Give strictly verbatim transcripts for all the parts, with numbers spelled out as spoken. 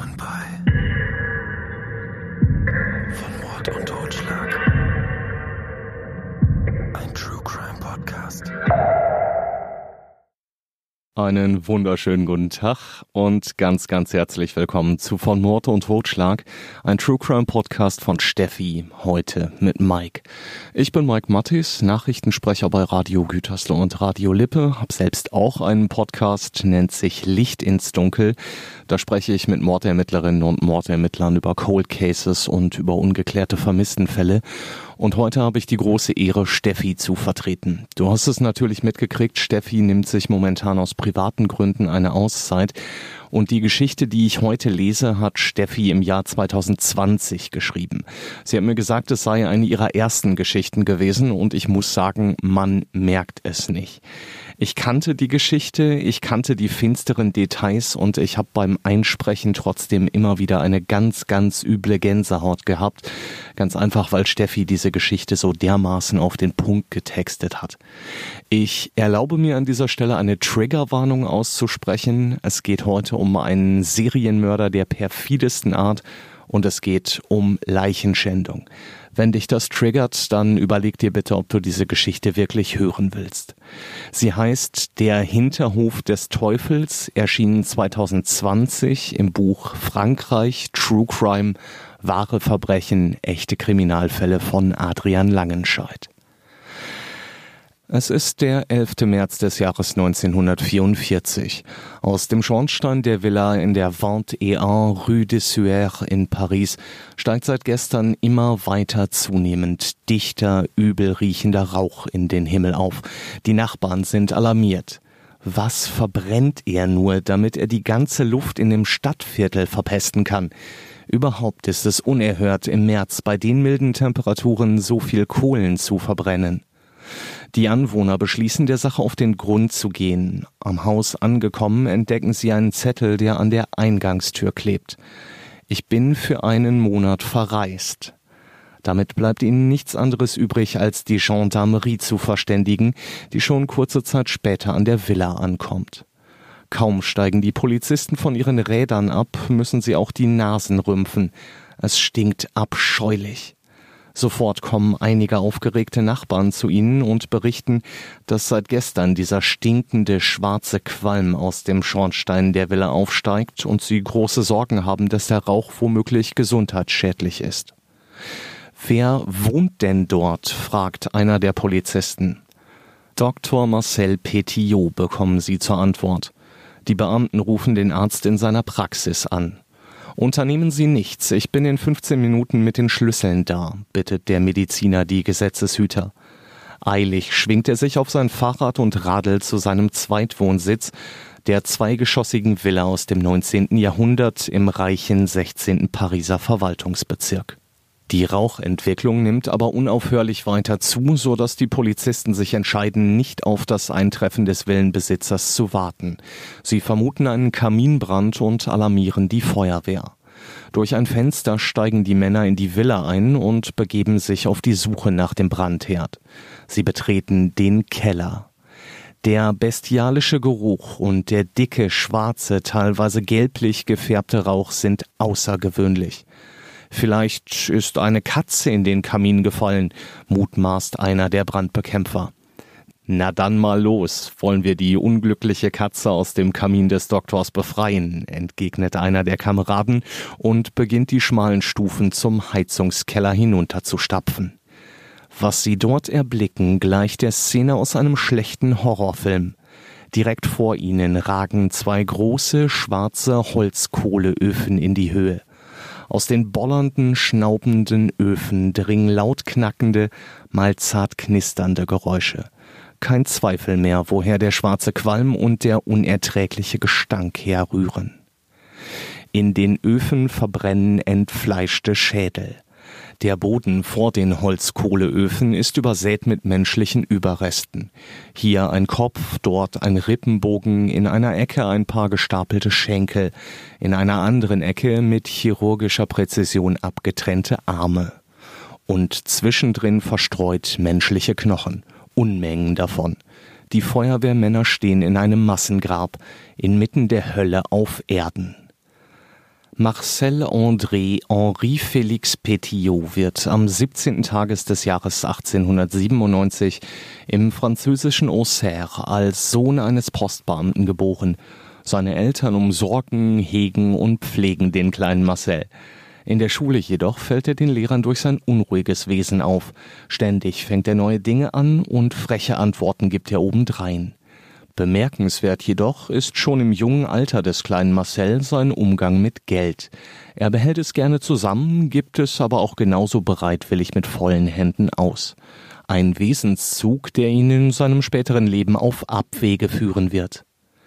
Willkommen bei Von Mord und Totschlag. Ein True Crime Podcast. Einen wunderschönen guten Tag und ganz, ganz herzlich willkommen zu Von Mord und Totschlag, ein True Crime Podcast von Steffi, heute mit Mike. Ich bin Mike Mattis, Nachrichtensprecher bei Radio Gütersloh und Radio Lippe, habe selbst auch einen Podcast, nennt sich Licht ins Dunkel. Da spreche ich mit Mordermittlerinnen und Mordermittlern über Cold Cases und über ungeklärte Vermisstenfälle. Und heute habe ich die große Ehre, Steffi zu vertreten. Du hast es natürlich mitgekriegt, Steffi nimmt sich momentan aus privaten Gründen eine Auszeit. Und die Geschichte, die ich heute lese, hat Steffi im Jahr zwanzig zwanzig geschrieben. Sie hat mir gesagt, es sei eine ihrer ersten Geschichten gewesen und ich muss sagen, man merkt es nicht. Ich kannte die Geschichte, ich kannte die finsteren Details und ich habe beim Einsprechen trotzdem immer wieder eine ganz, ganz üble Gänsehaut gehabt. Ganz einfach, weil Steffi diese Geschichte so dermaßen auf den Punkt getextet hat. Ich erlaube mir an dieser Stelle eine Triggerwarnung auszusprechen. Es geht heute um einen Serienmörder der perfidesten Art und es geht um Leichenschändung. Wenn dich das triggert, dann überleg dir bitte, ob du diese Geschichte wirklich hören willst. Sie heißt Der Hinterhof des Teufels, erschien zwanzig zwanzig im Buch Frankreich, True Crime, wahre Verbrechen, echte Kriminalfälle von Adrian Langenscheidt. Es ist der elfte März des Jahres neunzehnhundertvierundvierzig. Aus dem Schornstein der Villa in der Vingt-et-un Rue des Suaires in Paris steigt seit gestern immer weiter zunehmend dichter, übel riechender Rauch in den Himmel auf. Die Nachbarn sind alarmiert. Was verbrennt er nur, damit er die ganze Luft in dem Stadtviertel verpesten kann? Überhaupt ist es unerhört, im März bei den milden Temperaturen so viel Kohlen zu verbrennen. Die Anwohner beschließen, der Sache auf den Grund zu gehen. Am Haus angekommen, entdecken sie einen Zettel, der an der Eingangstür klebt. Ich bin für einen Monat verreist. Damit bleibt ihnen nichts anderes übrig, als die Gendarmerie zu verständigen, die schon kurze Zeit später an der Villa ankommt. Kaum steigen die Polizisten von ihren Rädern ab, müssen sie auch die Nasen rümpfen. Es stinkt abscheulich. Sofort kommen einige aufgeregte Nachbarn zu ihnen und berichten, dass seit gestern dieser stinkende schwarze Qualm aus dem Schornstein der Villa aufsteigt und sie große Sorgen haben, dass der Rauch womöglich gesundheitsschädlich ist. »Wer wohnt denn dort?« fragt einer der Polizisten. Doktor Marcel Petiot, bekommen sie zur Antwort. Die Beamten rufen den Arzt in seiner Praxis an. »Unternehmen Sie nichts, ich bin in fünfzehn Minuten mit den Schlüsseln da«, bittet der Mediziner die Gesetzeshüter. Eilig schwingt er sich auf sein Fahrrad und radelt zu seinem Zweitwohnsitz, der zweigeschossigen Villa aus dem neunzehnten Jahrhundert im reichen sechzehnten Pariser Verwaltungsbezirk. Die Rauchentwicklung nimmt aber unaufhörlich weiter zu, so dass die Polizisten sich entscheiden, nicht auf das Eintreffen des Villenbesitzers zu warten. Sie vermuten einen Kaminbrand und alarmieren die Feuerwehr. Durch ein Fenster steigen die Männer in die Villa ein und begeben sich auf die Suche nach dem Brandherd. Sie betreten den Keller. Der bestialische Geruch und der dicke, schwarze, teilweise gelblich gefärbte Rauch sind außergewöhnlich. Vielleicht ist eine Katze in den Kamin gefallen, mutmaßt einer der Brandbekämpfer. Na dann mal los, wollen wir die unglückliche Katze aus dem Kamin des Doktors befreien, entgegnet einer der Kameraden und beginnt die schmalen Stufen zum Heizungskeller hinunterzustapfen. Was sie dort erblicken, gleicht der Szene aus einem schlechten Horrorfilm. Direkt vor ihnen ragen zwei große, schwarze Holzkohleöfen in die Höhe. Aus den bollernden, schnaubenden Öfen dringen laut knackende, mal zart knisternde Geräusche. Kein Zweifel mehr, woher der schwarze Qualm und der unerträgliche Gestank herrühren. In den Öfen verbrennen entfleischte Schädel. Der Boden vor den Holzkohleöfen ist übersät mit menschlichen Überresten. Hier ein Kopf, dort ein Rippenbogen, in einer Ecke ein paar gestapelte Schenkel, in einer anderen Ecke mit chirurgischer Präzision abgetrennte Arme. Und zwischendrin verstreut menschliche Knochen, Unmengen davon. Die Feuerwehrmänner stehen in einem Massengrab, inmitten der Hölle auf Erden. Marcel André Henri Félix Pétillot wird am siebzehnten Tages des Jahres achtzehnhundertsiebenundneunzig im französischen Auxerre als Sohn eines Postbeamten geboren. Seine Eltern umsorgen, hegen und pflegen den kleinen Marcel. In der Schule jedoch fällt er den Lehrern durch sein unruhiges Wesen auf. Ständig fängt er neue Dinge an und freche Antworten gibt er obendrein. Bemerkenswert jedoch ist schon im jungen Alter des kleinen Marcel sein Umgang mit Geld. Er behält es gerne zusammen, gibt es aber auch genauso bereitwillig mit vollen Händen aus. Ein Wesenszug, der ihn in seinem späteren Leben auf Abwege führen wird.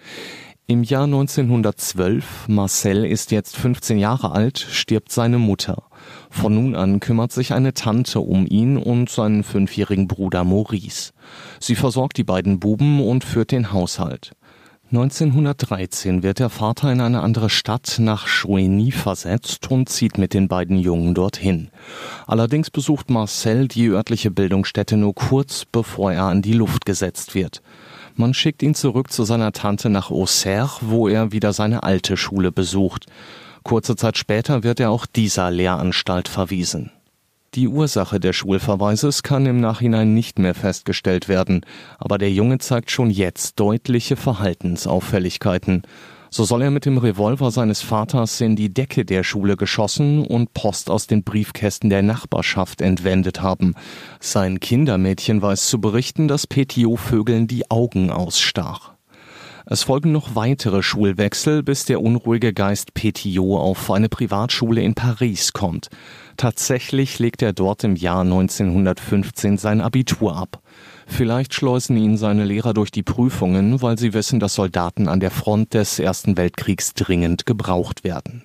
Im Jahr neunzehnhundertzwölf, Marcel ist jetzt fünfzehn Jahre alt, stirbt seine Mutter. Von nun an kümmert sich eine Tante um ihn und seinen fünfjährigen Bruder Maurice. Sie versorgt die beiden Buben und führt den Haushalt. neunzehnhundertdreizehn wird der Vater in eine andere Stadt nach Chouigny versetzt und zieht mit den beiden Jungen dorthin. Allerdings besucht Marcel die örtliche Bildungsstätte nur kurz, bevor er an die Luft gesetzt wird. Man schickt ihn zurück zu seiner Tante nach Auxerre, wo er wieder seine alte Schule besucht. Kurze Zeit später wird er auch dieser Lehranstalt verwiesen. Die Ursache des Schulverweises kann im Nachhinein nicht mehr festgestellt werden, aber der Junge zeigt schon jetzt deutliche Verhaltensauffälligkeiten. So soll er mit dem Revolver seines Vaters in die Decke der Schule geschossen und Post aus den Briefkästen der Nachbarschaft entwendet haben. Sein Kindermädchen weiß zu berichten, dass Pétillot Vögeln die Augen ausstach. Es folgen noch weitere Schulwechsel, bis der unruhige Geist Pétillot auf eine Privatschule in Paris kommt. Tatsächlich legt er dort im Jahr neunzehnhundertfünfzehn sein Abitur ab. Vielleicht schleusen ihn seine Lehrer durch die Prüfungen, weil sie wissen, dass Soldaten an der Front des Ersten Weltkriegs dringend gebraucht werden.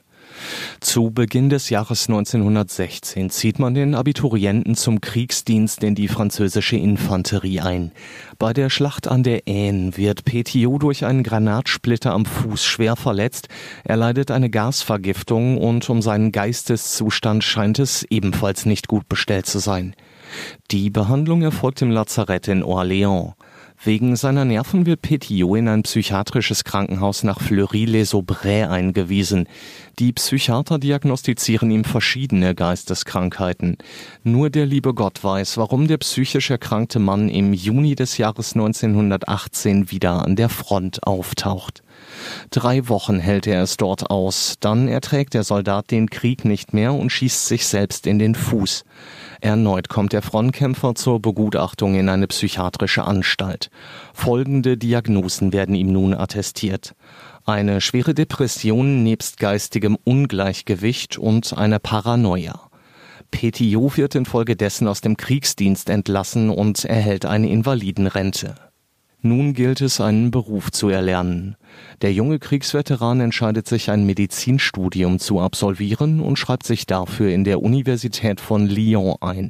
Zu Beginn des Jahres neunzehnhundertsechzehn zieht man den Abiturienten zum Kriegsdienst in die französische Infanterie ein. Bei der Schlacht an der Aisne wird Pétillot durch einen Granatsplitter am Fuß schwer verletzt. Er leidet eine Gasvergiftung und um seinen Geisteszustand scheint es ebenfalls nicht gut bestellt zu sein. Die Behandlung erfolgt im Lazarett in Orléans. Wegen seiner Nerven wird Pétillot in ein psychiatrisches Krankenhaus nach Fleury-les-Aubrais eingewiesen. Die Psychiater diagnostizieren ihm verschiedene Geisteskrankheiten. Nur der liebe Gott weiß, warum der psychisch erkrankte Mann im Juni des Jahres neunzehnhundertachtzehn wieder an der Front auftaucht. Drei Wochen hält er es dort aus, dann erträgt der Soldat den Krieg nicht mehr und schießt sich selbst in den Fuß. Erneut kommt der Frontkämpfer zur Begutachtung in eine psychiatrische Anstalt. Folgende Diagnosen werden ihm nun attestiert: eine schwere Depression nebst geistigem Ungleichgewicht und eine Paranoia. Pétillot wird infolgedessen aus dem Kriegsdienst entlassen und erhält eine Invalidenrente. Nun gilt es, einen Beruf zu erlernen. Der junge Kriegsveteran entscheidet sich, ein Medizinstudium zu absolvieren und schreibt sich dafür in der Universität von Lyon ein.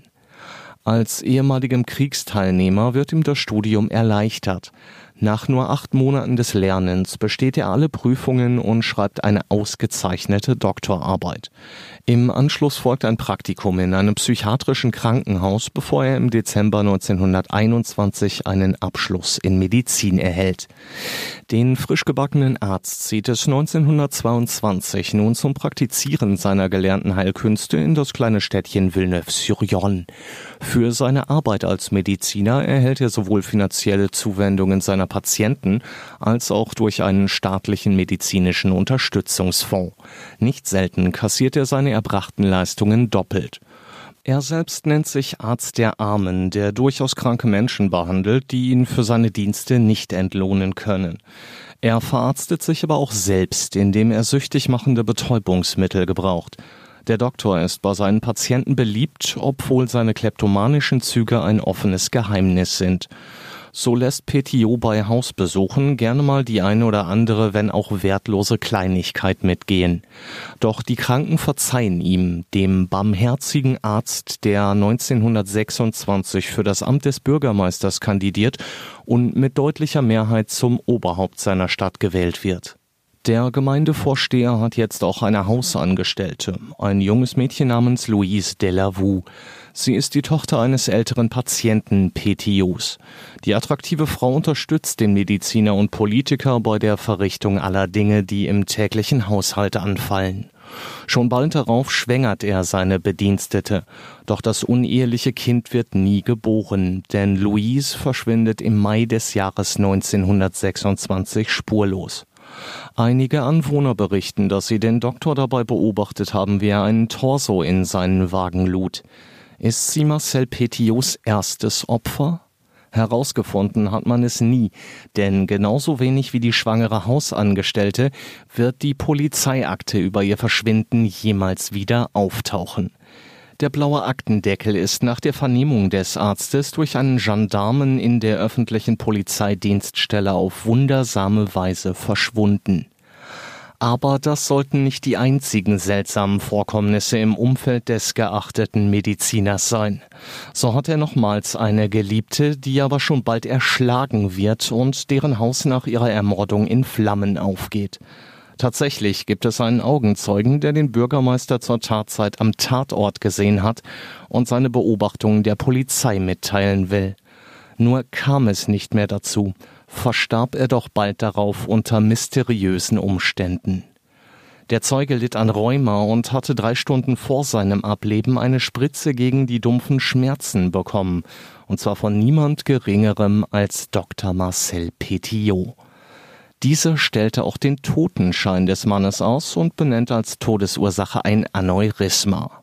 Als ehemaligem Kriegsteilnehmer wird ihm das Studium erleichtert. Nach nur acht Monaten des Lernens besteht er alle Prüfungen und schreibt eine ausgezeichnete Doktorarbeit. Im Anschluss folgt ein Praktikum in einem psychiatrischen Krankenhaus, bevor er im Dezember neunzehnhunderteinundzwanzig einen Abschluss in Medizin erhält. Den frisch gebackenen Arzt zieht es neunzehnhundertzweiundzwanzig nun zum Praktizieren seiner gelernten Heilkünste in das kleine Städtchen Villeneuve-sur-Yonne. Für seine Arbeit als Mediziner erhält er sowohl finanzielle Zuwendungen seiner Patienten als auch durch einen staatlichen medizinischen Unterstützungsfonds. Nicht selten kassiert er seine erbrachten Leistungen doppelt. Er selbst nennt sich Arzt der Armen, der durchaus kranke Menschen behandelt, die ihn für seine Dienste nicht entlohnen können. Er verarztet sich aber auch selbst, indem er süchtig machende Betäubungsmittel gebraucht. Der Doktor ist bei seinen Patienten beliebt, obwohl seine kleptomanischen Züge ein offenes Geheimnis sind. So lässt Pétillot bei Hausbesuchen gerne mal die eine oder andere, wenn auch wertlose Kleinigkeit mitgehen. Doch die Kranken verzeihen ihm, dem barmherzigen Arzt, der neunzehnhundertsechsundzwanzig für das Amt des Bürgermeisters kandidiert und mit deutlicher Mehrheit zum Oberhaupt seiner Stadt gewählt wird. Der Gemeindevorsteher hat jetzt auch eine Hausangestellte, ein junges Mädchen namens Louise Delavoué. Sie ist die Tochter eines älteren Patienten Pétillots. Die attraktive Frau unterstützt den Mediziner und Politiker bei der Verrichtung aller Dinge, die im täglichen Haushalt anfallen. Schon bald darauf schwängert er seine Bedienstete. Doch das uneheliche Kind wird nie geboren, denn Louise verschwindet im Mai des Jahres neunzehnhundertsechsundzwanzig spurlos. Einige Anwohner berichten, dass sie den Doktor dabei beobachtet haben, wie er einen Torso in seinen Wagen lud. Ist sie Marcel Petiots erstes Opfer? Herausgefunden hat man es nie, denn genauso wenig wie die schwangere Hausangestellte wird die Polizeiakte über ihr Verschwinden jemals wieder auftauchen. Der blaue Aktendeckel ist nach der Vernehmung des Arztes durch einen Gendarmen in der öffentlichen Polizeidienststelle auf wundersame Weise verschwunden. Aber das sollten nicht die einzigen seltsamen Vorkommnisse im Umfeld des geachteten Mediziners sein. So hat er nochmals eine Geliebte, die aber schon bald erschlagen wird und deren Haus nach ihrer Ermordung in Flammen aufgeht. Tatsächlich gibt es einen Augenzeugen, der den Bürgermeister zur Tatzeit am Tatort gesehen hat und seine Beobachtungen der Polizei mitteilen will. Nur kam es nicht mehr dazu, verstarb er doch bald darauf unter mysteriösen Umständen. Der Zeuge litt an Rheuma und hatte drei Stunden vor seinem Ableben eine Spritze gegen die dumpfen Schmerzen bekommen, und zwar von niemand Geringerem als Doktor Marcel Petiot. Dieser stellte auch den Totenschein des Mannes aus und benennt als Todesursache ein Aneurysma.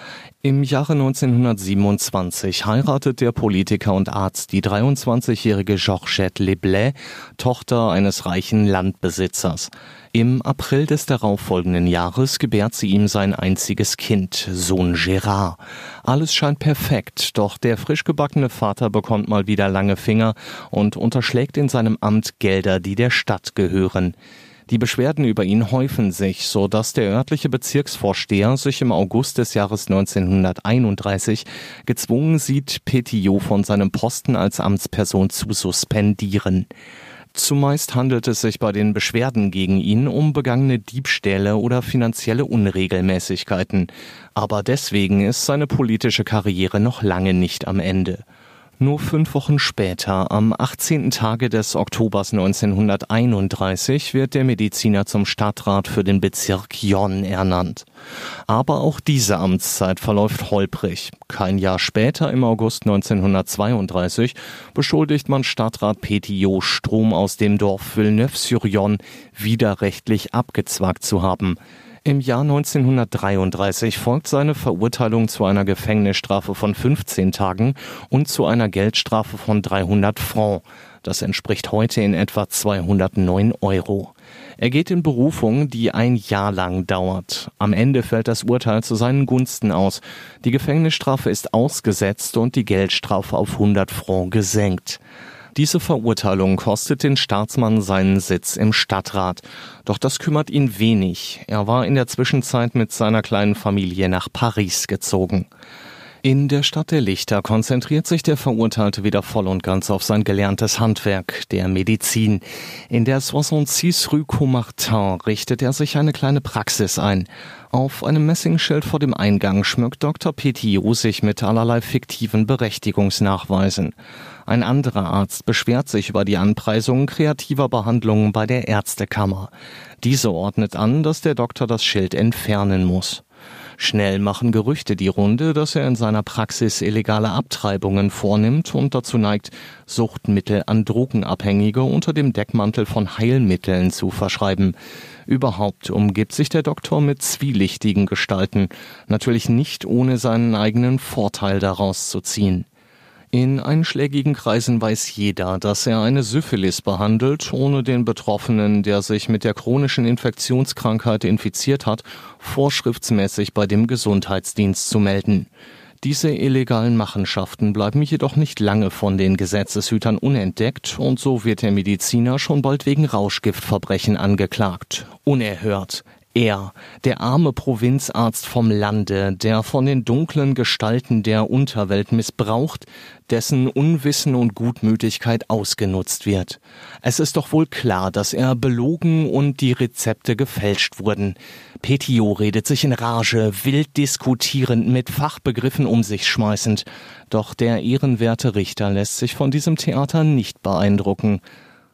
Im Jahre neunzehnhundertsiebenundzwanzig heiratet der Politiker und Arzt die dreiundzwanzigjährige Georgette Leblay, Tochter eines reichen Landbesitzers. Im April des darauffolgenden Jahres gebärt sie ihm sein einziges Kind, Sohn Gérard. Alles scheint perfekt, doch der frisch gebackene Vater bekommt mal wieder lange Finger und unterschlägt in seinem Amt Gelder, die der Stadt gehören. Die Beschwerden über ihn häufen sich, so dass der örtliche Bezirksvorsteher sich im August des Jahres neunzehnhunderteinunddreißig gezwungen sieht, Petiot von seinem Posten als Amtsperson zu suspendieren. Zumeist handelt es sich bei den Beschwerden gegen ihn um begangene Diebstähle oder finanzielle Unregelmäßigkeiten. Aber deswegen ist seine politische Karriere noch lange nicht am Ende. Nur fünf Wochen später, am achtzehnten Tage des Oktobers neunzehnhunderteinunddreißig, wird der Mediziner zum Stadtrat für den Bezirk Yonne ernannt. Aber auch diese Amtszeit verläuft holprig. Kein Jahr später, im August neunzehnhundertzweiunddreißig, beschuldigt man Stadtrat Petiot, Strom aus dem Dorf Villeneuve-sur-Yonne widerrechtlich abgezwackt zu haben. Im Jahr neunzehnhundertdreiunddreißig folgt seine Verurteilung zu einer Gefängnisstrafe von fünfzehn Tagen und zu einer Geldstrafe von dreihundert Francs. Das entspricht heute in etwa zweihundertneun Euro. Er geht in Berufung, die ein Jahr lang dauert. Am Ende fällt das Urteil zu seinen Gunsten aus. Die Gefängnisstrafe ist ausgesetzt und die Geldstrafe auf hundert Francs gesenkt. Diese Verurteilung kostet den Staatsmann seinen Sitz im Stadtrat. Doch das kümmert ihn wenig. Er war in der Zwischenzeit mit seiner kleinen Familie nach Paris gezogen. In der Stadt der Lichter konzentriert sich der Verurteilte wieder voll und ganz auf sein gelerntes Handwerk, der Medizin. In der soixante-six Rue Caumartin richtet er sich eine kleine Praxis ein. Auf einem Messingschild vor dem Eingang schmückt Doktor Petiot sich mit allerlei fiktiven Berechtigungsnachweisen. Ein anderer Arzt beschwert sich über die Anpreisung kreativer Behandlungen bei der Ärztekammer. Diese ordnet an, dass der Doktor das Schild entfernen muss. Schnell machen Gerüchte die Runde, dass er in seiner Praxis illegale Abtreibungen vornimmt und dazu neigt, Suchtmittel an Drogenabhängige unter dem Deckmantel von Heilmitteln zu verschreiben. Überhaupt umgibt sich der Doktor mit zwielichtigen Gestalten, natürlich nicht ohne seinen eigenen Vorteil daraus zu ziehen. In einschlägigen Kreisen weiß jeder, dass er eine Syphilis behandelt, ohne den Betroffenen, der sich mit der chronischen Infektionskrankheit infiziert hat, vorschriftsmäßig bei dem Gesundheitsdienst zu melden. Diese illegalen Machenschaften bleiben jedoch nicht lange von den Gesetzeshütern unentdeckt und so wird der Mediziner schon bald wegen Rauschgiftverbrechen angeklagt. Unerhört. Er, der arme Provinzarzt vom Lande, der von den dunklen Gestalten der Unterwelt missbraucht, dessen Unwissen und Gutmütigkeit ausgenutzt wird. Es ist doch wohl klar, dass er belogen und die Rezepte gefälscht wurden. Petiot redet sich in Rage, wild diskutierend, mit Fachbegriffen um sich schmeißend. Doch der ehrenwerte Richter lässt sich von diesem Theater nicht beeindrucken.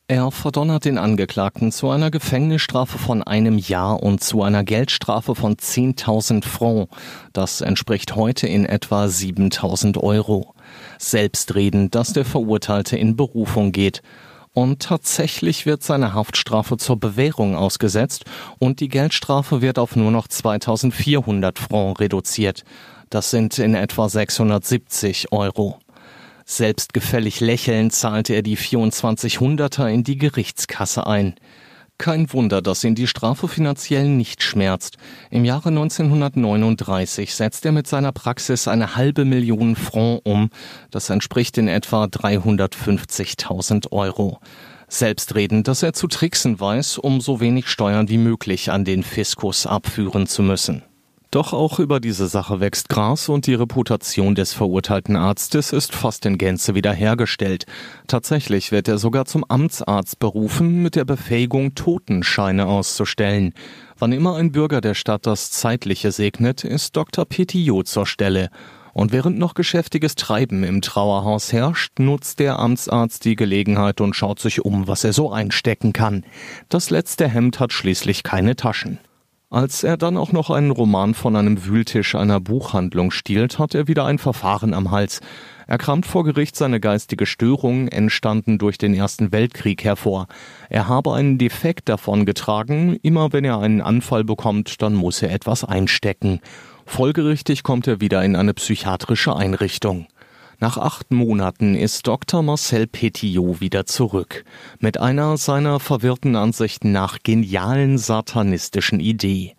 Er verdonnert den Angeklagten zu einer Gefängnisstrafe von einem Jahr und zu einer Geldstrafe von zehntausend Francs. Das entspricht heute in etwa siebentausend Euro. Selbstredend, dass der Verurteilte in Berufung geht. Und tatsächlich wird seine Haftstrafe zur Bewährung ausgesetzt und die Geldstrafe wird auf nur noch zweitausendvierhundert Francs reduziert. Das sind in etwa sechshundertsiebzig Euro. Selbstgefällig lächelnd zahlte er die vierundzwanzighunderter in die Gerichtskasse ein. Kein Wunder, dass ihn die Strafe finanziell nicht schmerzt. Im Jahre neunzehnhundertneununddreißig setzt er mit seiner Praxis eine halbe Million Francs um. Das entspricht in etwa dreihundertfünfzigtausend Euro. Selbstredend, dass er zu tricksen weiß, um so wenig Steuern wie möglich an den Fiskus abführen zu müssen. Doch auch über diese Sache wächst Gras und die Reputation des verurteilten Arztes ist fast in Gänze wiederhergestellt. Tatsächlich wird er sogar zum Amtsarzt berufen, mit der Befähigung, Totenscheine auszustellen. Wann immer ein Bürger der Stadt das Zeitliche segnet, ist Doktor Petiot zur Stelle. Und während noch geschäftiges Treiben im Trauerhaus herrscht, nutzt der Amtsarzt die Gelegenheit und schaut sich um, was er so einstecken kann. Das letzte Hemd hat schließlich keine Taschen. Als er dann auch noch einen Roman von einem Wühltisch einer Buchhandlung stiehlt, hat er wieder ein Verfahren am Hals. Er kramt vor Gericht seine geistige Störung, entstanden durch den Ersten Weltkrieg, hervor. Er habe einen Defekt davongetragen, immer wenn er einen Anfall bekommt, dann muss er etwas einstecken. Folgerichtig kommt er wieder in eine psychiatrische Einrichtung. Nach acht Monaten ist Doktor Marcel Petiot wieder zurück. Mit einer seiner verwirrten Ansichten nach genialen satanistischen Idee.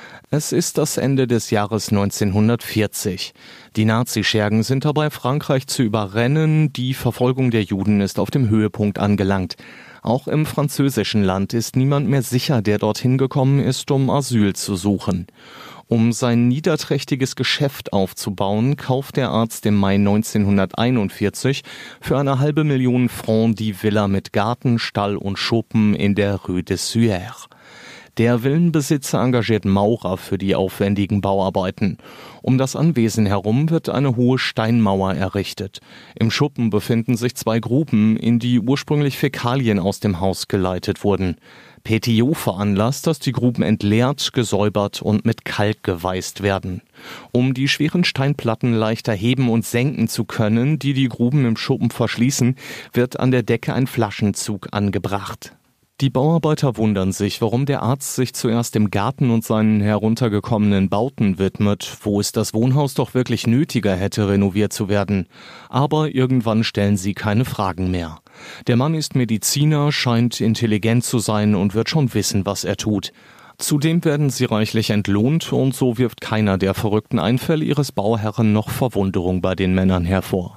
Es ist das Ende des Jahres neunzehnhundertvierzig. Die Nazischergen sind dabei, Frankreich zu überrennen. Die Verfolgung der Juden ist auf dem Höhepunkt angelangt. Auch im französischen Land ist niemand mehr sicher, der dorthin gekommen ist, um Asyl zu suchen. Um sein niederträchtiges Geschäft aufzubauen, kauft der Arzt im Mai neunzehnhunderteinundvierzig für eine halbe Million Francs die Villa mit Garten, Stall und Schuppen in der Rue des Suaires. Der Villenbesitzer engagiert Maurer für die aufwendigen Bauarbeiten. Um das Anwesen herum wird eine hohe Steinmauer errichtet. Im Schuppen befinden sich zwei Gruben, in die ursprünglich Fäkalien aus dem Haus geleitet wurden. Petiot veranlasst, dass die Gruben entleert, gesäubert und mit Kalk geweißt werden. Um die schweren Steinplatten leichter heben und senken zu können, die die Gruben im Schuppen verschließen, wird an der Decke ein Flaschenzug angebracht. Die Bauarbeiter wundern sich, warum der Arzt sich zuerst dem Garten und seinen heruntergekommenen Bauten widmet, wo es das Wohnhaus doch wirklich nötiger hätte, renoviert zu werden. Aber irgendwann stellen sie keine Fragen mehr. Der Mann ist Mediziner, scheint intelligent zu sein und wird schon wissen, was er tut. Zudem werden sie reichlich entlohnt und so wirft keiner der verrückten Einfälle ihres Bauherren noch Verwunderung bei den Männern hervor.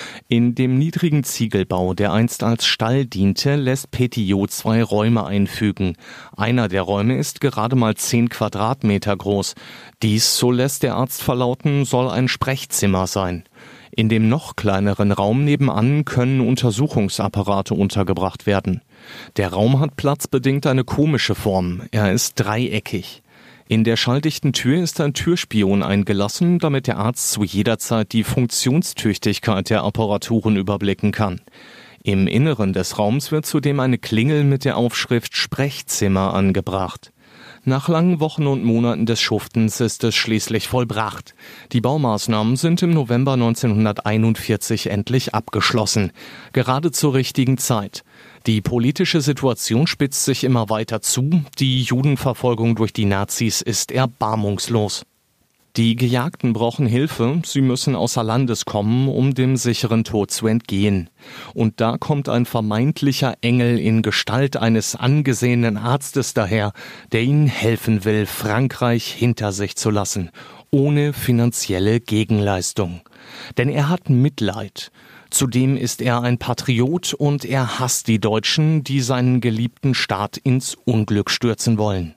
In dem niedrigen Ziegelbau, der einst als Stall diente, lässt Petiot zwei Räume einfügen. Einer der Räume ist gerade mal zehn Quadratmeter groß. Dies, so lässt der Arzt verlauten, soll ein Sprechzimmer sein. In dem noch kleineren Raum nebenan können Untersuchungsapparate untergebracht werden. Der Raum hat platzbedingt eine komische Form. Er ist dreieckig. In der schalldichten Tür ist ein Türspion eingelassen, damit der Arzt zu jeder Zeit die Funktionstüchtigkeit der Apparaturen überblicken kann. Im Inneren des Raums wird zudem eine Klingel mit der Aufschrift Sprechzimmer angebracht. Nach langen Wochen und Monaten des Schuftens ist es schließlich vollbracht. Die Baumaßnahmen sind im November neunzehnhunderteinundvierzig endlich abgeschlossen. Gerade zur richtigen Zeit. Die politische Situation spitzt sich immer weiter zu. Die Judenverfolgung durch die Nazis ist erbarmungslos. Die Gejagten brauchen Hilfe, sie müssen außer Landes kommen, um dem sicheren Tod zu entgehen. Und da kommt ein vermeintlicher Engel in Gestalt eines angesehenen Arztes daher, der ihnen helfen will, Frankreich hinter sich zu lassen, ohne finanzielle Gegenleistung. Denn er hat Mitleid. Zudem ist er ein Patriot und er hasst die Deutschen, die seinen geliebten Staat ins Unglück stürzen wollen.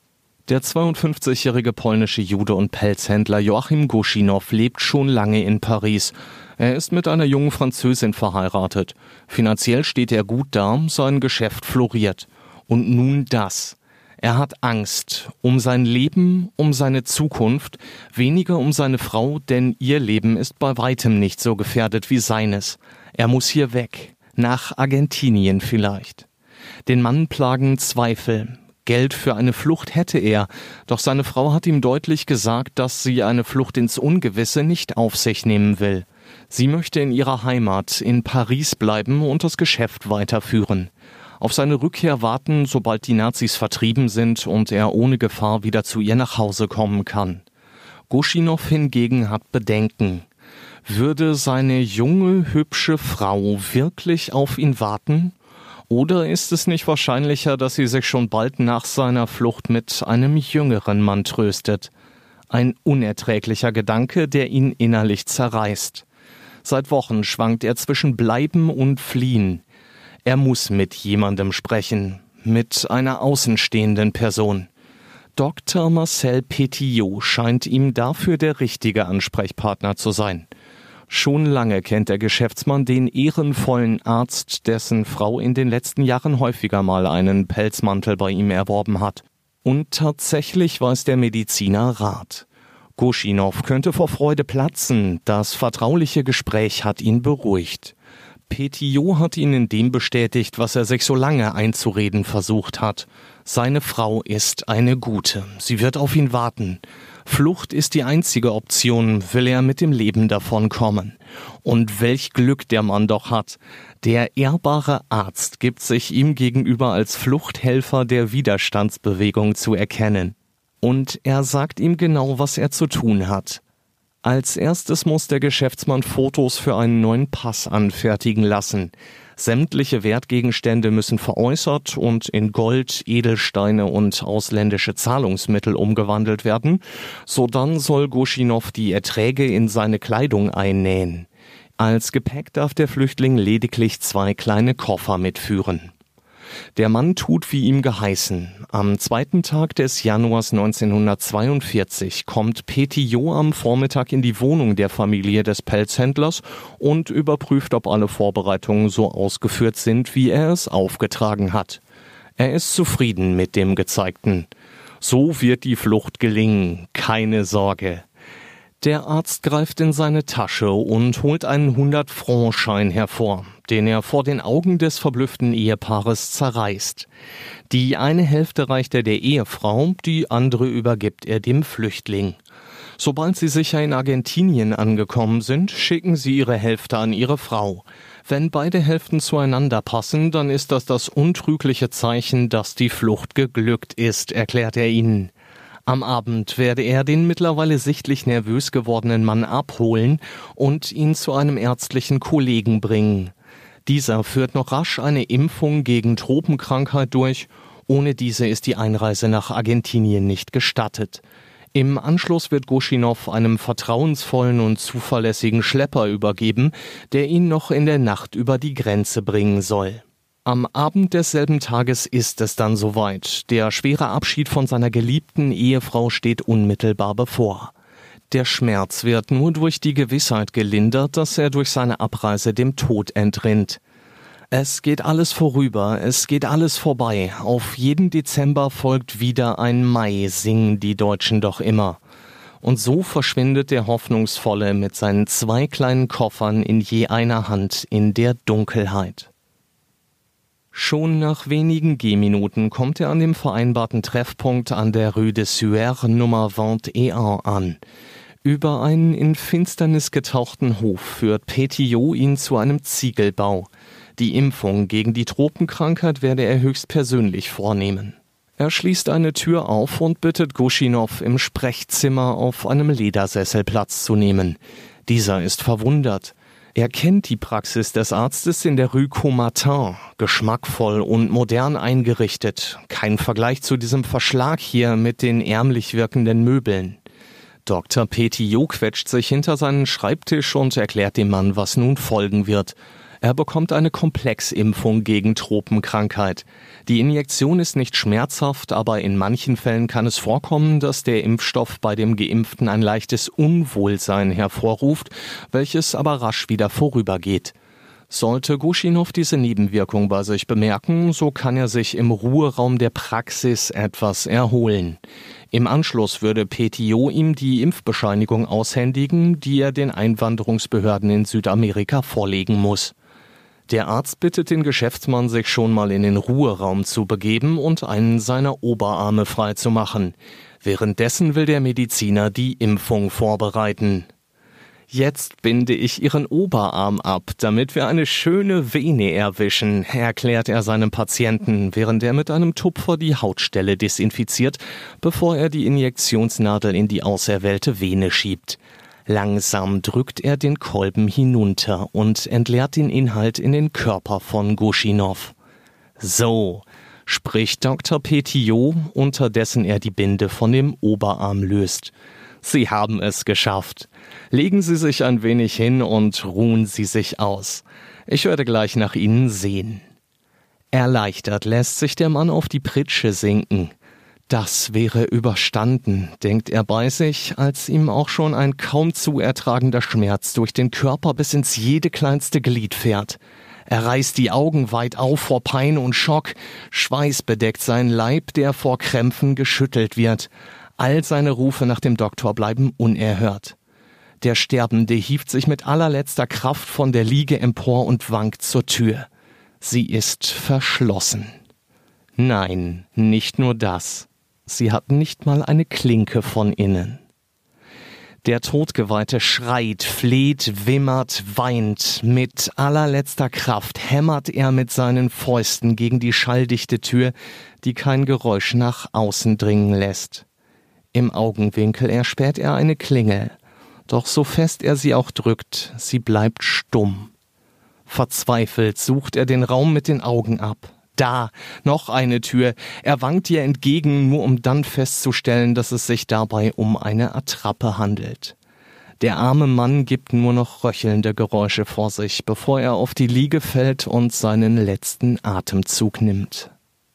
Der zweiundfünfzigjährige polnische Jude und Pelzhändler Joachim Guschinow lebt schon lange in Paris. Er ist mit einer jungen Französin verheiratet. Finanziell steht er gut da, sein Geschäft floriert. Und nun das. Er hat Angst um sein Leben, um seine Zukunft, weniger um seine Frau, denn ihr Leben ist bei weitem nicht so gefährdet wie seines. Er muss hier weg, nach Argentinien vielleicht. Den Mann plagen Zweifel. Geld für eine Flucht hätte er, doch seine Frau hat ihm deutlich gesagt, dass sie eine Flucht ins Ungewisse nicht auf sich nehmen will. Sie möchte in ihrer Heimat in Paris bleiben und das Geschäft weiterführen. Auf seine Rückkehr warten, sobald die Nazis vertrieben sind und er ohne Gefahr wieder zu ihr nach Hause kommen kann. Guschinow hingegen hat Bedenken. Würde seine junge, hübsche Frau wirklich auf ihn warten? Oder ist es nicht wahrscheinlicher, dass sie sich schon bald nach seiner Flucht mit einem jüngeren Mann tröstet? Ein unerträglicher Gedanke, der ihn innerlich zerreißt. Seit Wochen schwankt er zwischen Bleiben und Fliehen. Er muss mit jemandem sprechen, mit einer außenstehenden Person. Doktor Marcel Petiot scheint ihm dafür der richtige Ansprechpartner zu sein. Schon lange kennt der Geschäftsmann den ehrenvollen Arzt, dessen Frau in den letzten Jahren häufiger mal einen Pelzmantel bei ihm erworben hat. Und tatsächlich weiß der Mediziner Rat. Guschinow könnte vor Freude platzen, das vertrauliche Gespräch hat ihn beruhigt. Petiot hat ihn in dem bestätigt, was er sich so lange einzureden versucht hat. Seine Frau ist eine gute, sie wird auf ihn warten. Flucht ist die einzige Option, will er mit dem Leben davonkommen. Und welch Glück der Mann doch hat. Der ehrbare Arzt gibt sich ihm gegenüber als Fluchthelfer der Widerstandsbewegung zu erkennen. Und er sagt ihm genau, was er zu tun hat. Als erstes muss der Geschäftsmann Fotos für einen neuen Pass anfertigen lassen. Sämtliche Wertgegenstände müssen veräußert und in Gold, Edelsteine und ausländische Zahlungsmittel umgewandelt werden. Sodann soll Guschinow die Erträge in seine Kleidung einnähen. Als Gepäck darf der Flüchtling lediglich zwei kleine Koffer mitführen. Der Mann tut wie ihm geheißen. Am zweiten Tag des Januars neunzehnhundertzweiundvierzig kommt Petiot am Vormittag in die Wohnung der Familie des Pelzhändlers und überprüft, ob alle Vorbereitungen so ausgeführt sind, wie er es aufgetragen hat. Er ist zufrieden mit dem Gezeigten. So wird die Flucht gelingen, keine Sorge. Der Arzt greift in seine Tasche und holt einen hundert-Franc-Schein hervor, den er vor den Augen des verblüfften Ehepaares zerreißt. Die eine Hälfte reicht er der Ehefrau, die andere übergibt er dem Flüchtling. Sobald sie sicher in Argentinien angekommen sind, schicken sie ihre Hälfte an ihre Frau. Wenn beide Hälften zueinander passen, dann ist das das untrügliche Zeichen, dass die Flucht geglückt ist, erklärt er ihnen. Am Abend werde er den mittlerweile sichtlich nervös gewordenen Mann abholen und ihn zu einem ärztlichen Kollegen bringen. Dieser führt noch rasch eine Impfung gegen Tropenkrankheit durch. Ohne diese ist die Einreise nach Argentinien nicht gestattet. Im Anschluss wird Guschinow einem vertrauensvollen und zuverlässigen Schlepper übergeben, der ihn noch in der Nacht über die Grenze bringen soll. Am Abend desselben Tages ist es dann soweit. Der schwere Abschied von seiner geliebten Ehefrau steht unmittelbar bevor. Der Schmerz wird nur durch die Gewissheit gelindert, dass er durch seine Abreise dem Tod entrinnt. Es geht alles vorüber, es geht alles vorbei. Auf jeden Dezember folgt wieder ein Mai, singen die Deutschen doch immer. Und so verschwindet der Hoffnungsvolle mit seinen zwei kleinen Koffern in je einer Hand in der Dunkelheit. Schon nach wenigen Gehminuten kommt er an dem vereinbarten Treffpunkt an der Rue de Sueur Nummer vingt et un an. Über einen in Finsternis getauchten Hof führt Petiot ihn zu einem Ziegelbau. Die Impfung gegen die Tropenkrankheit werde er höchstpersönlich vornehmen. Er schließt eine Tür auf und bittet Guschinow, im Sprechzimmer auf einem Ledersessel Platz zu nehmen. Dieser ist verwundert. Er kennt die Praxis des Arztes in der Rue Caumartin, geschmackvoll und modern eingerichtet. Kein Vergleich zu diesem Verschlag hier mit den ärmlich wirkenden Möbeln. Doktor Petiot quetscht sich hinter seinen Schreibtisch und erklärt dem Mann, was nun folgen wird. Er bekommt eine Kompleximpfung gegen Tropenkrankheit. Die Injektion ist nicht schmerzhaft, aber in manchen Fällen kann es vorkommen, dass der Impfstoff bei dem Geimpften ein leichtes Unwohlsein hervorruft, welches aber rasch wieder vorübergeht. Sollte Guschinow diese Nebenwirkung bei sich bemerken, so kann er sich im Ruheraum der Praxis etwas erholen. Im Anschluss würde Petiot ihm die Impfbescheinigung aushändigen, die er den Einwanderungsbehörden in Südamerika vorlegen muss. Der Arzt bittet den Geschäftsmann, sich schon mal in den Ruheraum zu begeben und einen seiner Oberarme freizumachen. Währenddessen will der Mediziner die Impfung vorbereiten. »Jetzt binde ich Ihren Oberarm ab, damit wir eine schöne Vene erwischen«, erklärt er seinem Patienten, während er mit einem Tupfer die Hautstelle desinfiziert, bevor er die Injektionsnadel in die auserwählte Vene schiebt. Langsam drückt er den Kolben hinunter und entleert den Inhalt in den Körper von Guschinow. »So«, spricht Doktor Petiot, unterdessen er die Binde von dem Oberarm löst. »Sie haben es geschafft. Legen Sie sich ein wenig hin und ruhen Sie sich aus. Ich werde gleich nach Ihnen sehen.« Erleichtert lässt sich der Mann auf die Pritsche sinken. Das wäre überstanden, denkt er bei sich, als ihm auch schon ein kaum zu ertragender Schmerz durch den Körper bis ins jede kleinste Glied fährt. Er reißt die Augen weit auf vor Pein und Schock, Schweiß bedeckt seinen Leib, der vor Krämpfen geschüttelt wird. All seine Rufe nach dem Doktor bleiben unerhört. Der Sterbende hieft sich mit allerletzter Kraft von der Liege empor und wankt zur Tür. Sie ist verschlossen. Nein, nicht nur das. Sie hat nicht mal eine Klinke von innen. Der Todgeweihte schreit, fleht, wimmert, weint. Mit allerletzter Kraft hämmert er mit seinen Fäusten gegen die schalldichte Tür, die kein Geräusch nach außen dringen lässt. Im Augenwinkel erspäht er eine Klingel. Doch so fest er sie auch drückt, sie bleibt stumm. Verzweifelt sucht er den Raum mit den Augen ab. Da, noch eine Tür. Er wankt ihr entgegen, nur um dann festzustellen, dass es sich dabei um eine Attrappe handelt. Der arme Mann gibt nur noch röchelnde Geräusche vor sich, bevor er auf die Liege fällt und seinen letzten Atemzug nimmt.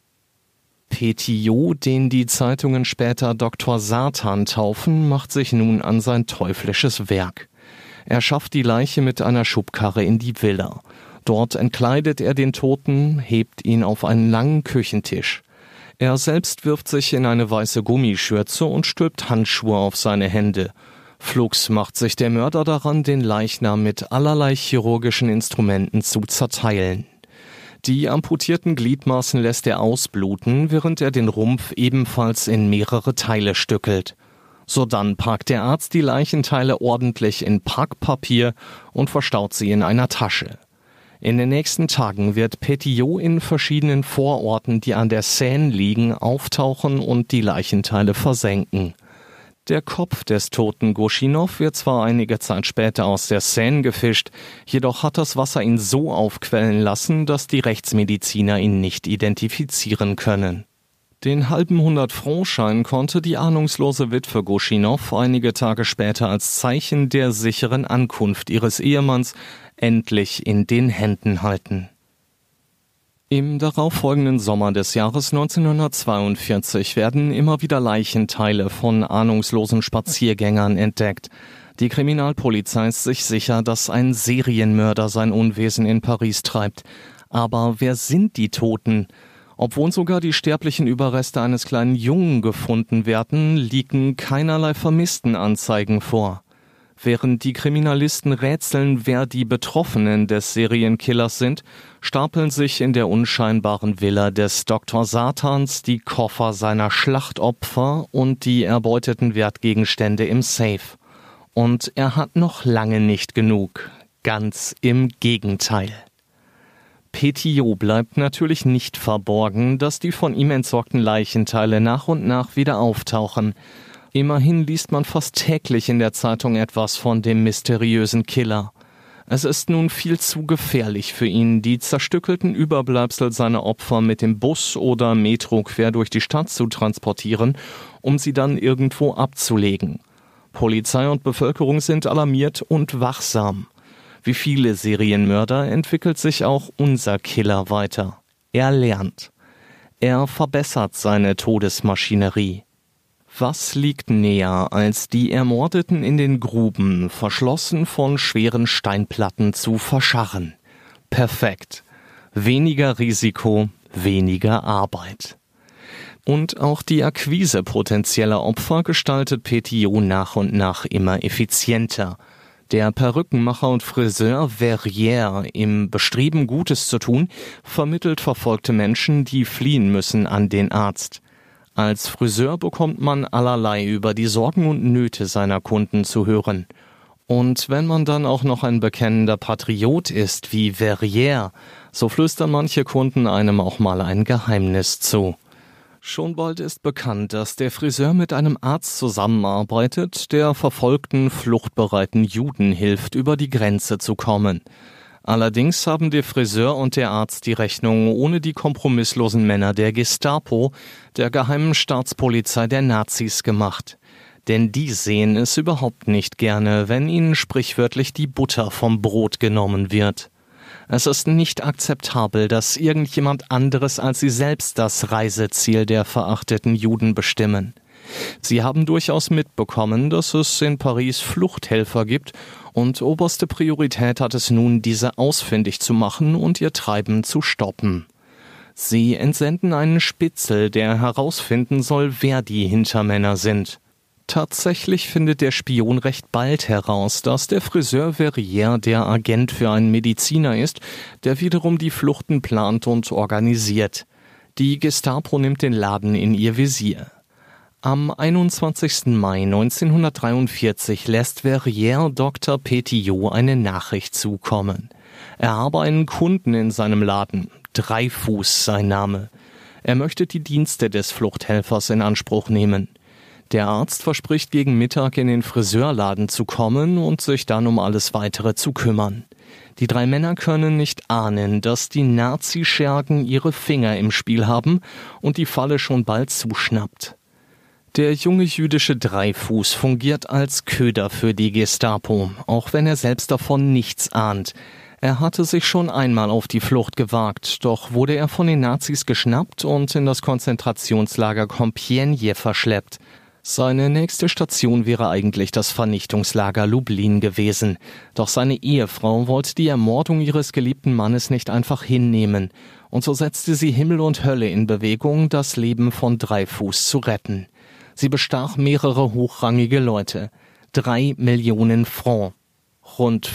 Petiot, den die Zeitungen später Doktor Satan taufen, macht sich nun an sein teuflisches Werk. Er schafft die Leiche mit einer Schubkarre in die Villa. Dort entkleidet er den Toten, hebt ihn auf einen langen Küchentisch. Er selbst wirft sich in eine weiße Gummischürze und stülpt Handschuhe auf seine Hände. Flugs macht sich der Mörder daran, den Leichnam mit allerlei chirurgischen Instrumenten zu zerteilen. Die amputierten Gliedmaßen lässt er ausbluten, während er den Rumpf ebenfalls in mehrere Teile stückelt. Sodann packt der Arzt die Leichenteile ordentlich in Packpapier und verstaut sie in einer Tasche. In den nächsten Tagen wird Petiot in verschiedenen Vororten, die an der Seine liegen, auftauchen und die Leichenteile versenken. Der Kopf des toten Guschinow wird zwar einige Zeit später aus der Seine gefischt, jedoch hat das Wasser ihn so aufquellen lassen, dass die Rechtsmediziner ihn nicht identifizieren können. Den halben Hundert-Franc-Schein konnte die ahnungslose Witwe Guschinow einige Tage später als Zeichen der sicheren Ankunft ihres Ehemanns endlich in den Händen halten. Im darauffolgenden Sommer des Jahres neunzehnhundertzweiundvierzig werden immer wieder Leichenteile von ahnungslosen Spaziergängern entdeckt. Die Kriminalpolizei ist sich sicher, dass ein Serienmörder sein Unwesen in Paris treibt. Aber wer sind die Toten? Obwohl sogar die sterblichen Überreste eines kleinen Jungen gefunden werden, liegen keinerlei Vermisstenanzeigen vor. Während die Kriminalisten rätseln, wer die Betroffenen des Serienkillers sind, stapeln sich in der unscheinbaren Villa des Doktor Satans die Koffer seiner Schlachtopfer und die erbeuteten Wertgegenstände im Safe. Und er hat noch lange nicht genug. Ganz im Gegenteil. Petiot bleibt natürlich nicht verborgen, dass die von ihm entsorgten Leichenteile nach und nach wieder auftauchen. Immerhin liest man fast täglich in der Zeitung etwas von dem mysteriösen Killer. Es ist nun viel zu gefährlich für ihn, die zerstückelten Überbleibsel seiner Opfer mit dem Bus oder Metro quer durch die Stadt zu transportieren, um sie dann irgendwo abzulegen. Polizei und Bevölkerung sind alarmiert und wachsam. Wie viele Serienmörder entwickelt sich auch unser Killer weiter. Er lernt. Er verbessert seine Todesmaschinerie. Was liegt näher, als die Ermordeten in den Gruben, verschlossen von schweren Steinplatten, zu verscharren? Perfekt. Weniger Risiko, weniger Arbeit. Und auch die Akquise potenzieller Opfer gestaltet Petiot nach und nach immer effizienter. Der Perückenmacher und Friseur Verrières, im Bestreben, Gutes zu tun, vermittelt verfolgte Menschen, die fliehen müssen, an den Arzt. Als Friseur bekommt man allerlei über die Sorgen und Nöte seiner Kunden zu hören. Und wenn man dann auch noch ein bekennender Patriot ist wie Verrières, so flüstern manche Kunden einem auch mal ein Geheimnis zu. Schon bald ist bekannt, dass der Friseur mit einem Arzt zusammenarbeitet, der verfolgten, fluchtbereiten Juden hilft, über die Grenze zu kommen. Allerdings haben der Friseur und der Arzt die Rechnung ohne die kompromisslosen Männer der Gestapo, der geheimen Staatspolizei der Nazis, gemacht. Denn die sehen es überhaupt nicht gerne, wenn ihnen sprichwörtlich die Butter vom Brot genommen wird. Es ist nicht akzeptabel, dass irgendjemand anderes als sie selbst das Reiseziel der verachteten Juden bestimmen. Sie haben durchaus mitbekommen, dass es in Paris Fluchthelfer gibt, und oberste Priorität hat es nun, diese ausfindig zu machen und ihr Treiben zu stoppen. Sie entsenden einen Spitzel, der herausfinden soll, wer die Hintermänner sind. Tatsächlich findet der Spion recht bald heraus, dass der Friseur Verrières der Agent für einen Mediziner ist, der wiederum die Fluchten plant und organisiert. Die Gestapo nimmt den Laden in ihr Visier. Am einundzwanzigsten Mai neunzehnhundertdreiundvierzig lässt Verrières Doktor Petiot eine Nachricht zukommen. Er habe einen Kunden in seinem Laden, Dreifuß sein Name. Er möchte die Dienste des Fluchthelfers in Anspruch nehmen. Der Arzt verspricht, gegen Mittag in den Friseurladen zu kommen und sich dann um alles Weitere zu kümmern. Die drei Männer können nicht ahnen, dass die Nazi-Schergen ihre Finger im Spiel haben und die Falle schon bald zuschnappt. Der junge jüdische Dreifuß fungiert als Köder für die Gestapo, auch wenn er selbst davon nichts ahnt. Er hatte sich schon einmal auf die Flucht gewagt, doch wurde er von den Nazis geschnappt und in das Konzentrationslager Compiègne verschleppt. Seine nächste Station wäre eigentlich das Vernichtungslager Lublin gewesen. Doch seine Ehefrau wollte die Ermordung ihres geliebten Mannes nicht einfach hinnehmen. Und so setzte sie Himmel und Hölle in Bewegung, das Leben von Dreifuß zu retten. Sie bestach mehrere hochrangige Leute. Drei Millionen Francs. Rund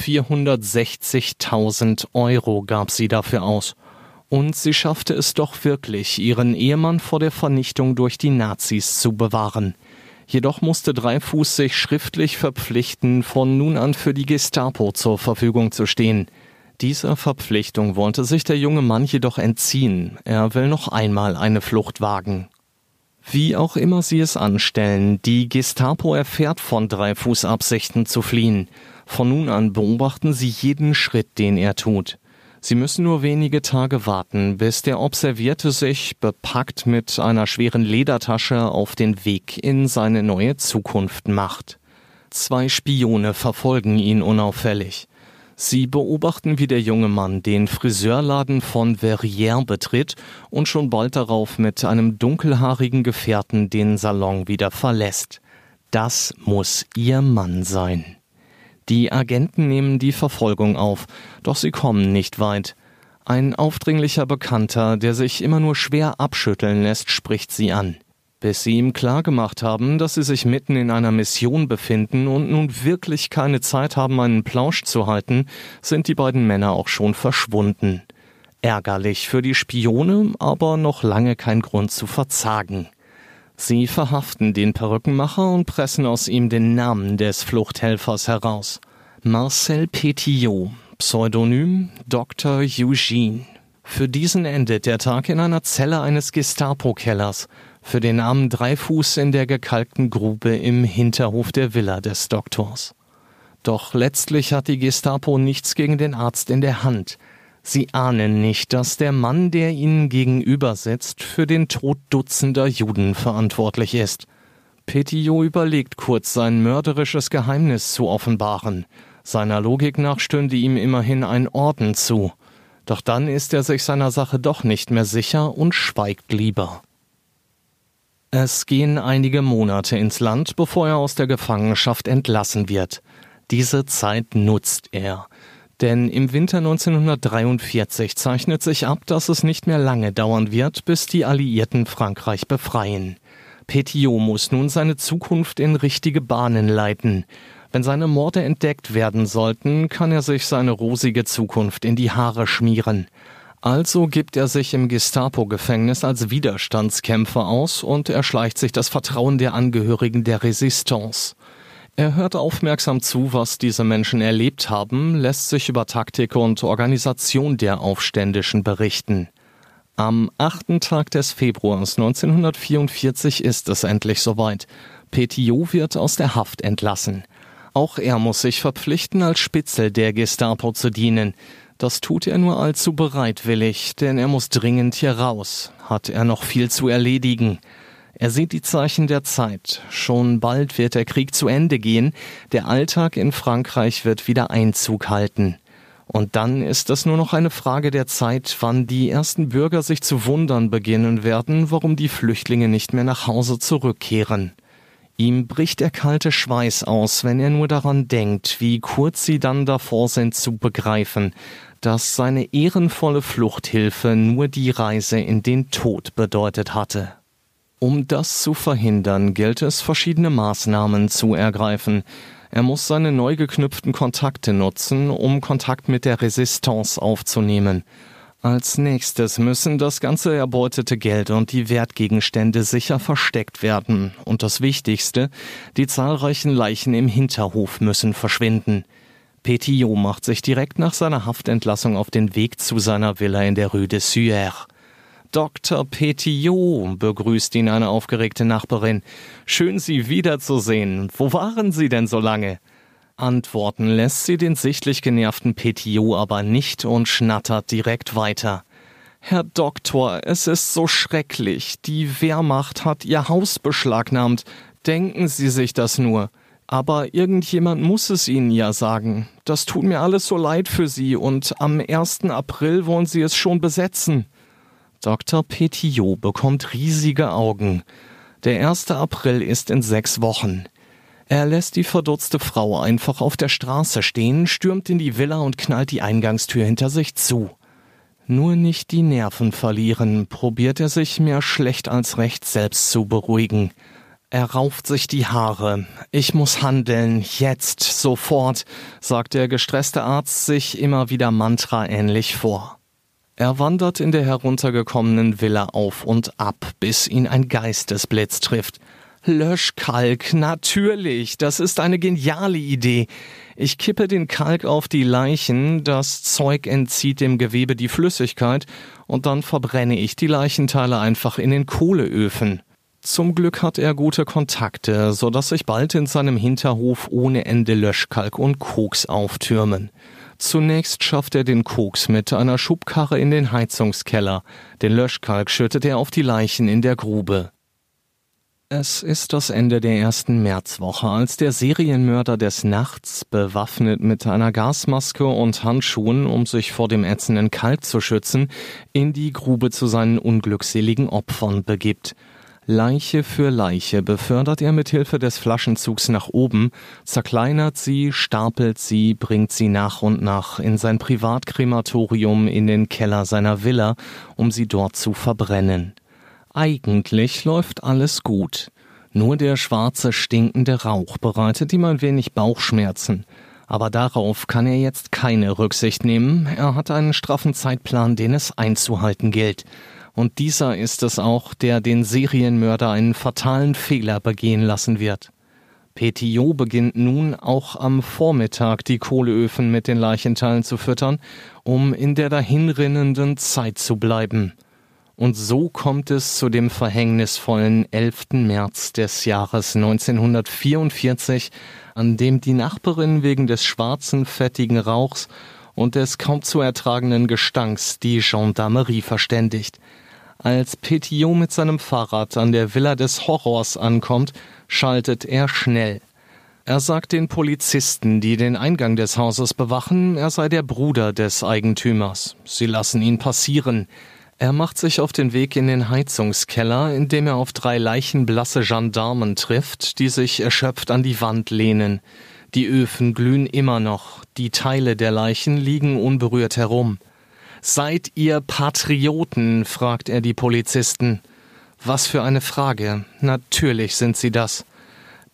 vierhundertsechzigtausend Euro gab sie dafür aus. Und sie schaffte es doch wirklich, ihren Ehemann vor der Vernichtung durch die Nazis zu bewahren. Jedoch musste Dreifuß sich schriftlich verpflichten, von nun an für die Gestapo zur Verfügung zu stehen. Dieser Verpflichtung wollte sich der junge Mann jedoch entziehen. Er will noch einmal eine Flucht wagen. Wie auch immer sie es anstellen, die Gestapo erfährt von Dreifuß' Absichten zu fliehen. Von nun an beobachten sie jeden Schritt, den er tut. Sie müssen nur wenige Tage warten, bis der Observierte sich, bepackt mit einer schweren Ledertasche, auf den Weg in seine neue Zukunft macht. Zwei Spione verfolgen ihn unauffällig. Sie beobachten, wie der junge Mann den Friseurladen von Verrières betritt und schon bald darauf mit einem dunkelhaarigen Gefährten den Salon wieder verlässt. Das muss ihr Mann sein. Die Agenten nehmen die Verfolgung auf, doch sie kommen nicht weit. Ein aufdringlicher Bekannter, der sich immer nur schwer abschütteln lässt, spricht sie an. Bis sie ihm klargemacht haben, dass sie sich mitten in einer Mission befinden und nun wirklich keine Zeit haben, einen Plausch zu halten, sind die beiden Männer auch schon verschwunden. Ärgerlich für die Spione, aber noch lange kein Grund zu verzagen. Sie verhaften den Perückenmacher und pressen aus ihm den Namen des Fluchthelfers heraus. Marcel Petiot, Pseudonym Doktor Eugene. Für diesen endet der Tag in einer Zelle eines Gestapo-Kellers, für den armen Dreifuß in der gekalkten Grube im Hinterhof der Villa des Doktors. Doch letztlich hat die Gestapo nichts gegen den Arzt in der Hand. Sie ahnen nicht, dass der Mann, der ihnen gegenüber sitzt, für den Tod dutzender Juden verantwortlich ist. Petiot überlegt kurz, sein mörderisches Geheimnis zu offenbaren. Seiner Logik nach stünde ihm immerhin ein Orden zu. Doch dann ist er sich seiner Sache doch nicht mehr sicher und schweigt lieber. Es gehen einige Monate ins Land, bevor er aus der Gefangenschaft entlassen wird. Diese Zeit nutzt er. Denn im Winter neunzehnhundertdreiundvierzig zeichnet sich ab, dass es nicht mehr lange dauern wird, bis die Alliierten Frankreich befreien. Petiot muss nun seine Zukunft in richtige Bahnen leiten. Wenn seine Morde entdeckt werden sollten, kann er sich seine rosige Zukunft in die Haare schmieren. Also gibt er sich im Gestapo-Gefängnis als Widerstandskämpfer aus und erschleicht sich das Vertrauen der Angehörigen der Resistance. Er hört aufmerksam zu, was diese Menschen erlebt haben, lässt sich über Taktik und Organisation der Aufständischen berichten. Am achten Tag des Februars neunzehnhundertvierundvierzig ist es endlich soweit. Petiot wird aus der Haft entlassen. Auch er muss sich verpflichten, als Spitzel der Gestapo zu dienen. Das tut er nur allzu bereitwillig, denn er muss dringend hier raus. Hat er noch viel zu erledigen. Er sieht die Zeichen der Zeit. Schon bald wird der Krieg zu Ende gehen. Der Alltag in Frankreich wird wieder Einzug halten. Und dann ist es nur noch eine Frage der Zeit, wann die ersten Bürger sich zu wundern beginnen werden, warum die Flüchtlinge nicht mehr nach Hause zurückkehren. Ihm bricht der kalte Schweiß aus, wenn er nur daran denkt, wie kurz sie dann davor sind zu begreifen, dass seine ehrenvolle Fluchthilfe nur die Reise in den Tod bedeutet hatte. Um das zu verhindern, gilt es, verschiedene Maßnahmen zu ergreifen. Er muss seine neu geknüpften Kontakte nutzen, um Kontakt mit der Resistance aufzunehmen. Als nächstes müssen das ganze erbeutete Geld und die Wertgegenstände sicher versteckt werden. Und das Wichtigste, die zahlreichen Leichen im Hinterhof müssen verschwinden. Petiot macht sich direkt nach seiner Haftentlassung auf den Weg zu seiner Villa in der Rue de Sueur. Doktor Petiot, begrüßt ihn eine aufgeregte Nachbarin. Schön, Sie wiederzusehen. Wo waren Sie denn so lange? Antworten lässt sie den sichtlich genervten Petiot aber nicht und schnattert direkt weiter. Herr Doktor, es ist so schrecklich. Die Wehrmacht hat Ihr Haus beschlagnahmt. Denken Sie sich das nur. Aber irgendjemand muss es Ihnen ja sagen. Das tut mir alles so leid für Sie und am ersten April wollen Sie es schon besetzen. Doktor Petiot bekommt riesige Augen. Der erste April ist in sechs Wochen. Er lässt die verdutzte Frau einfach auf der Straße stehen, stürmt in die Villa und knallt die Eingangstür hinter sich zu. Nur nicht die Nerven verlieren, probiert er sich mehr schlecht als recht selbst zu beruhigen. Er rauft sich die Haare. Ich muss handeln, jetzt, sofort, sagt der gestresste Arzt sich immer wieder mantraähnlich vor. Er wandert in der heruntergekommenen Villa auf und ab, bis ihn ein Geistesblitz trifft. Löschkalk, natürlich, das ist eine geniale Idee. Ich kippe den Kalk auf die Leichen, das Zeug entzieht dem Gewebe die Flüssigkeit und dann verbrenne ich die Leichenteile einfach in den Kohleöfen. Zum Glück hat er gute Kontakte, sodass sich bald in seinem Hinterhof ohne Ende Löschkalk und Koks auftürmen. Zunächst schafft er den Koks mit einer Schubkarre in den Heizungskeller, den Löschkalk schüttet er auf die Leichen in der Grube. Es ist das Ende der ersten Märzwoche, als der Serienmörder des Nachts, bewaffnet mit einer Gasmaske und Handschuhen, um sich vor dem ätzenden Kalk zu schützen, in die Grube zu seinen unglückseligen Opfern begibt. Leiche für Leiche befördert er mit Hilfe des Flaschenzugs nach oben, zerkleinert sie, stapelt sie, bringt sie nach und nach in sein Privatkrematorium in den Keller seiner Villa, um sie dort zu verbrennen. Eigentlich läuft alles gut. Nur der schwarze, stinkende Rauch bereitet ihm ein wenig Bauchschmerzen. Aber darauf kann er jetzt keine Rücksicht nehmen. Er hat einen straffen Zeitplan, den es einzuhalten gilt. Und dieser ist es auch, der den Serienmörder einen fatalen Fehler begehen lassen wird. Petiot beginnt nun auch am Vormittag die Kohleöfen mit den Leichenteilen zu füttern, um in der dahinrinnenden Zeit zu bleiben. Und so kommt es zu dem verhängnisvollen elften März des Jahres neunzehnhundertvierundvierzig, an dem die Nachbarin wegen des schwarzen, fettigen Rauchs und des kaum zu ertragenden Gestanks die Gendarmerie verständigt. Als Petiot mit seinem Fahrrad an der Villa des Horrors ankommt, schaltet er schnell. Er sagt den Polizisten, die den Eingang des Hauses bewachen, er sei der Bruder des Eigentümers. Sie lassen ihn passieren. Er macht sich auf den Weg in den Heizungskeller, in dem er auf drei leichenblasse Gendarmen trifft, die sich erschöpft an die Wand lehnen. Die Öfen glühen immer noch, die Teile der Leichen liegen unberührt herum. »Seid ihr Patrioten?« fragt er die Polizisten. Was für eine Frage. Natürlich sind sie das.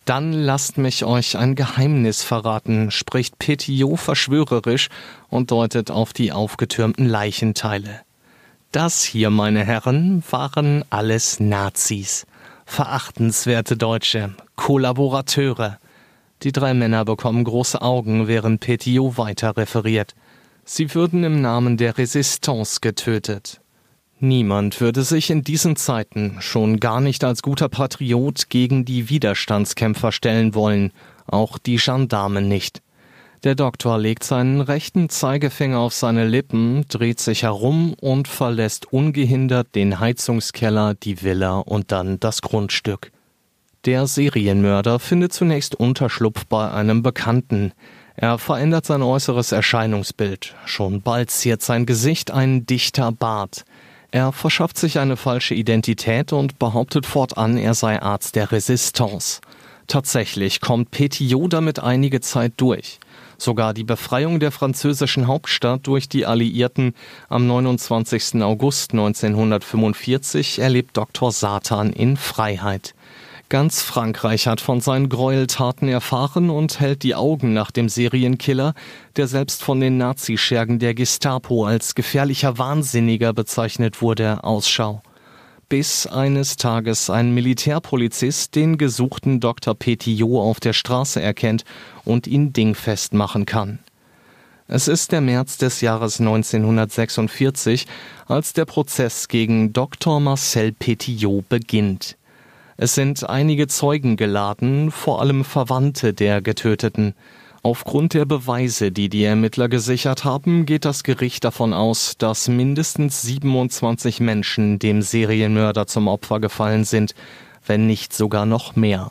Dann lasst mich euch ein Geheimnis verraten, spricht Petiot verschwörerisch und deutet auf die aufgetürmten Leichenteile. Das hier, meine Herren, waren alles Nazis. Verachtenswerte Deutsche, Kollaborateure. Die drei Männer bekommen große Augen, während Petiot weiter referiert. Sie würden im Namen der Resistance getötet. Niemand würde sich in diesen Zeiten, schon gar nicht als guter Patriot, gegen die Widerstandskämpfer stellen wollen, auch die Gendarmen nicht. Der Doktor legt seinen rechten Zeigefinger auf seine Lippen, dreht sich herum und verlässt ungehindert den Heizungskeller, die Villa und dann das Grundstück. Der Serienmörder findet zunächst Unterschlupf bei einem Bekannten. Er verändert sein äußeres Erscheinungsbild. Schon bald ziert sein Gesicht ein dichter Bart. Er verschafft sich eine falsche Identität und behauptet fortan, er sei Arzt der Resistance. Tatsächlich kommt Petiot damit einige Zeit durch. Sogar die Befreiung der französischen Hauptstadt durch die Alliierten am neunundzwanzigsten August neunzehnhundertfünfundvierzig erlebt Doktor Satan in Freiheit. Ganz Frankreich hat von seinen Gräueltaten erfahren und hält die Augen nach dem Serienkiller, der selbst von den Nazischergen der Gestapo als gefährlicher Wahnsinniger bezeichnet wurde, Ausschau. Bis eines Tages ein Militärpolizist den gesuchten Doktor Petiot auf der Straße erkennt und ihn dingfest machen kann. Es ist der März des Jahres neunzehnhundertsechsundvierzig, als der Prozess gegen Doktor Marcel Petiot beginnt. Es sind einige Zeugen geladen, vor allem Verwandte der Getöteten. Aufgrund der Beweise, die die Ermittler gesichert haben, geht das Gericht davon aus, dass mindestens siebenundzwanzig Menschen dem Serienmörder zum Opfer gefallen sind, wenn nicht sogar noch mehr.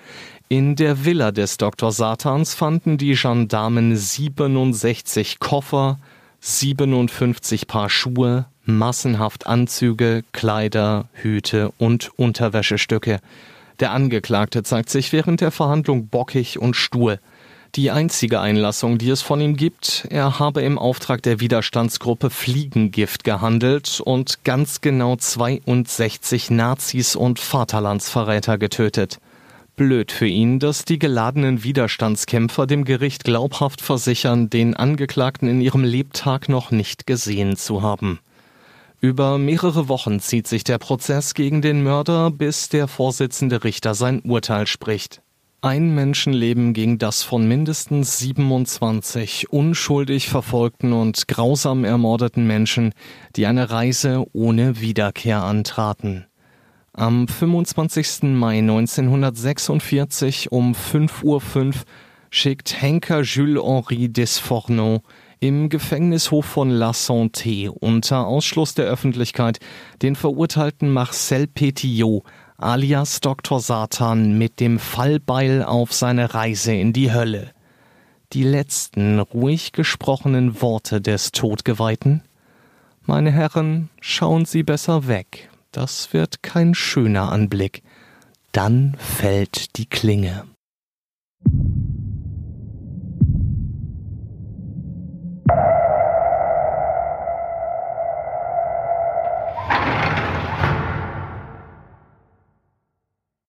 In der Villa des Doktor Satans fanden die Gendarmen siebenundsechzig Koffer, siebenundfünfzig Paar Schuhe, massenhaft Anzüge, Kleider, Hüte und Unterwäschestücke. Der Angeklagte zeigt sich während der Verhandlung bockig und stur. Die einzige Einlassung, die es von ihm gibt, er habe im Auftrag der Widerstandsgruppe Fliegengift gehandelt und ganz genau zweiundsechzig Nazis und Vaterlandsverräter getötet. Blöd für ihn, dass die geladenen Widerstandskämpfer dem Gericht glaubhaft versichern, den Angeklagten in ihrem Lebtag noch nicht gesehen zu haben. Über mehrere Wochen zieht sich der Prozess gegen den Mörder, bis der Vorsitzende Richter sein Urteil spricht. Ein Menschenleben gegen das von mindestens siebenundzwanzig unschuldig verfolgten und grausam ermordeten Menschen, die eine Reise ohne Wiederkehr antraten. Am fünfundzwanzigsten Mai neunzehnhundertsechsundvierzig um fünf Uhr fünf schickt Henker Jules-Henri Desfourneaux im Gefängnishof von La Santé unter Ausschluss der Öffentlichkeit den verurteilten Marcel Petiot alias Doktor Satan mit dem Fallbeil auf seine Reise in die Hölle. Die letzten ruhig gesprochenen Worte des Todgeweihten? Meine Herren, schauen Sie besser weg. Das wird kein schöner Anblick. Dann fällt die Klinge.